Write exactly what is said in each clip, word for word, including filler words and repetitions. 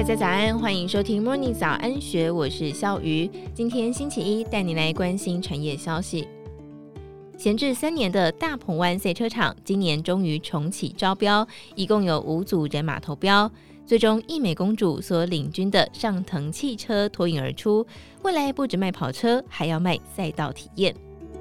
家早安，欢迎收听 Morning 早安学，我是笑瑜。今天星期一，带你来关心产业消息。闲置三年的大鹏湾赛车场今年终于重启招标，一共有五组人马投标，最终义美公主所领军的上腾汽车脱颖而出，未来不止卖跑车，还要卖赛道体验。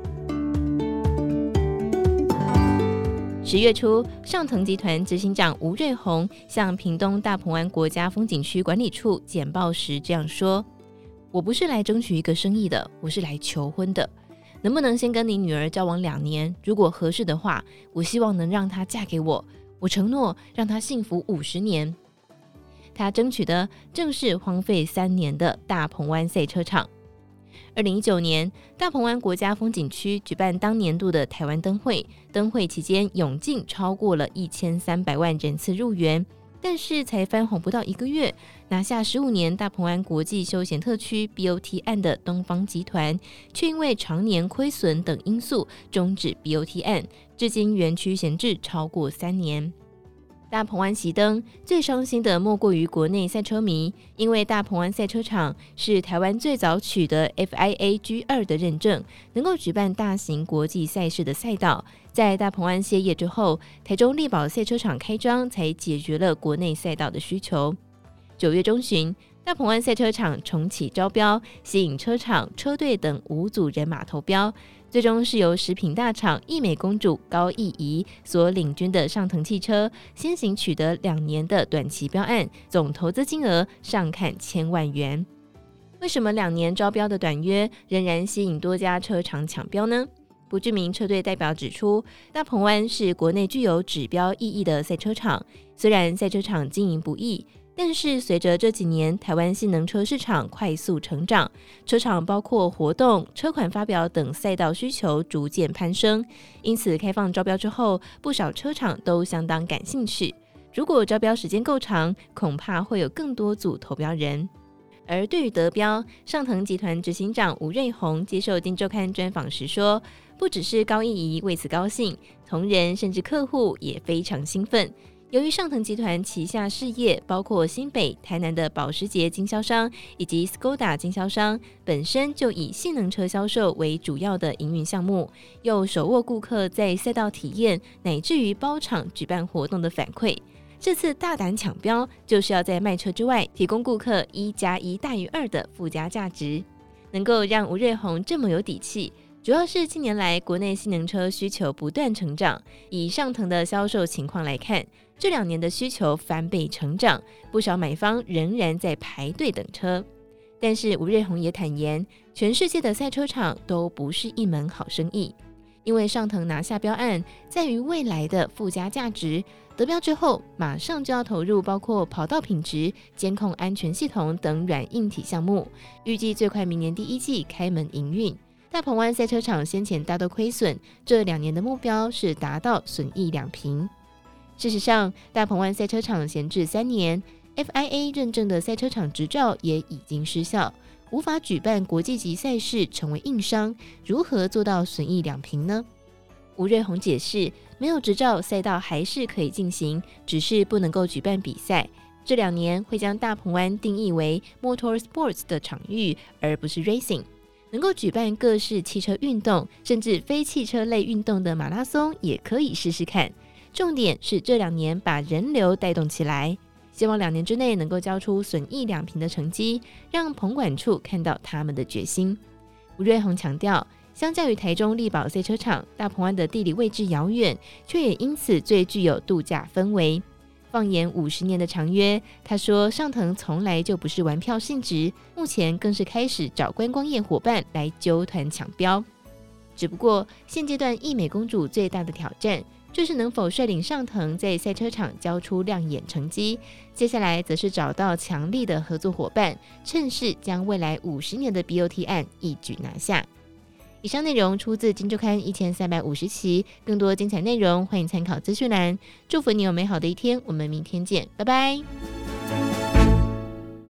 十月初，上腾集团执行长吴瑞宏向屏东大鹏湾国家风景区管理处简报时这样说：我不是来争取一个生意的，我是来求婚的，能不能先跟你女儿交往两年，如果合适的话，我希望能让她嫁给我，我承诺让她幸福五十年。他争取的正是荒废三年的大鹏湾赛车场。二零一九年，大鹏湾国家风景区举办当年度的台湾灯会，灯会期间涌进超过了一千三百万人次入园，但是才翻红不到一个月，拿下十五年大鹏湾国际休闲特区 B O T 案的东方集团，却因为常年亏损等因素终止 B O T 案，至今园区闲置超过三年。大鹏湾熄灯，最伤心的莫过于国内赛车迷，因为大鹏湾赛车场是台湾最早取得 F I A G 二 的认证，能够举办大型国际赛事的赛道。在大鹏湾歇业之后，台中力宝赛车场开张，才解决了国内赛道的需求。九月中旬，大鹏湾赛车场重启招标，吸引车厂、车队等五组人马投标。最终是由食品大厂义美公主高义仪所领军的上腾汽车，先行取得两年的短期标案，总投资金额上看千万元。为什么两年招标的短约仍然吸引多家车厂抢标呢？不知名车队代表指出，大鹏湾是国内具有指标意义的赛车场，虽然赛车场经营不易，但是随着这几年台湾性能车市场快速成长，车厂包括活动、车款发表等赛道需求逐渐攀升，因此开放招标之后，不少车厂都相当感兴趣。如果招标时间够长，恐怕会有更多组投标人。而对于得标，上腾集团执行长吴瑞宏接受《今周刊》专访时说，不只是高义仪为此高兴，同仁甚至客户也非常兴奋。由于上腾集团旗下事业包括新北、台南的保时捷经销商以及 Skoda 经销商，本身就以性能车销售为主要的营运项目，又手握顾客在赛道体验乃至于包场举办活动的反馈，这次大胆抢标就是要在卖车之外提供顾客一加一大于二的附加价值。能够让吴瑞宏这么有底气，主要是近年来国内性能车需求不断成长，以上腾的销售情况来看，这两年的需求翻倍成长，不少买方仍然在排队等车。但是吴瑞宏也坦言，全世界的赛车场都不是一门好生意，因为上腾拿下标案在于未来的附加价值，得标之后马上就要投入包括跑道品质、监控安全系统等软硬体项目，预计最快明年第一季开门营运。大鹏湾赛车场先前大多亏损，这两年的目标是达到损益两平。事实上，大鹏湾赛车场闲置三年 ，F I A 认证的赛车场执照也已经失效，无法举办国际级赛事，成为硬伤，如何做到损益两平呢？吴瑞宏解释，没有执照，赛道还是可以进行，只是不能够举办比赛。这两年会将大鹏湾定义为 Motorsports 的场域，而不是 Racing。能够举办各式汽车运动，甚至非汽车类运动的马拉松也可以试试看。重点是这两年把人流带动起来，希望两年之内能够交出损益两平的成绩，让棚管处看到他们的决心。吴瑞宏强调，相较于台中力宝赛车场，大鹏湾的地理位置遥远，却也因此最具有度假氛围。放眼五十年的长约，他说上腾从来就不是玩票性质，目前更是开始找观光业伙伴来揪团抢标。只不过现阶段义美公主最大的挑战就是能否率领上腾在赛车场交出亮眼成绩，接下来则是找到强力的合作伙伴，趁势将未来五十年的 B O T 案一举拿下。以上内容出自《今周刊》一千三百五十期，更多精彩内容欢迎参考资讯栏。祝福你有美好的一天，我们明天见，拜拜。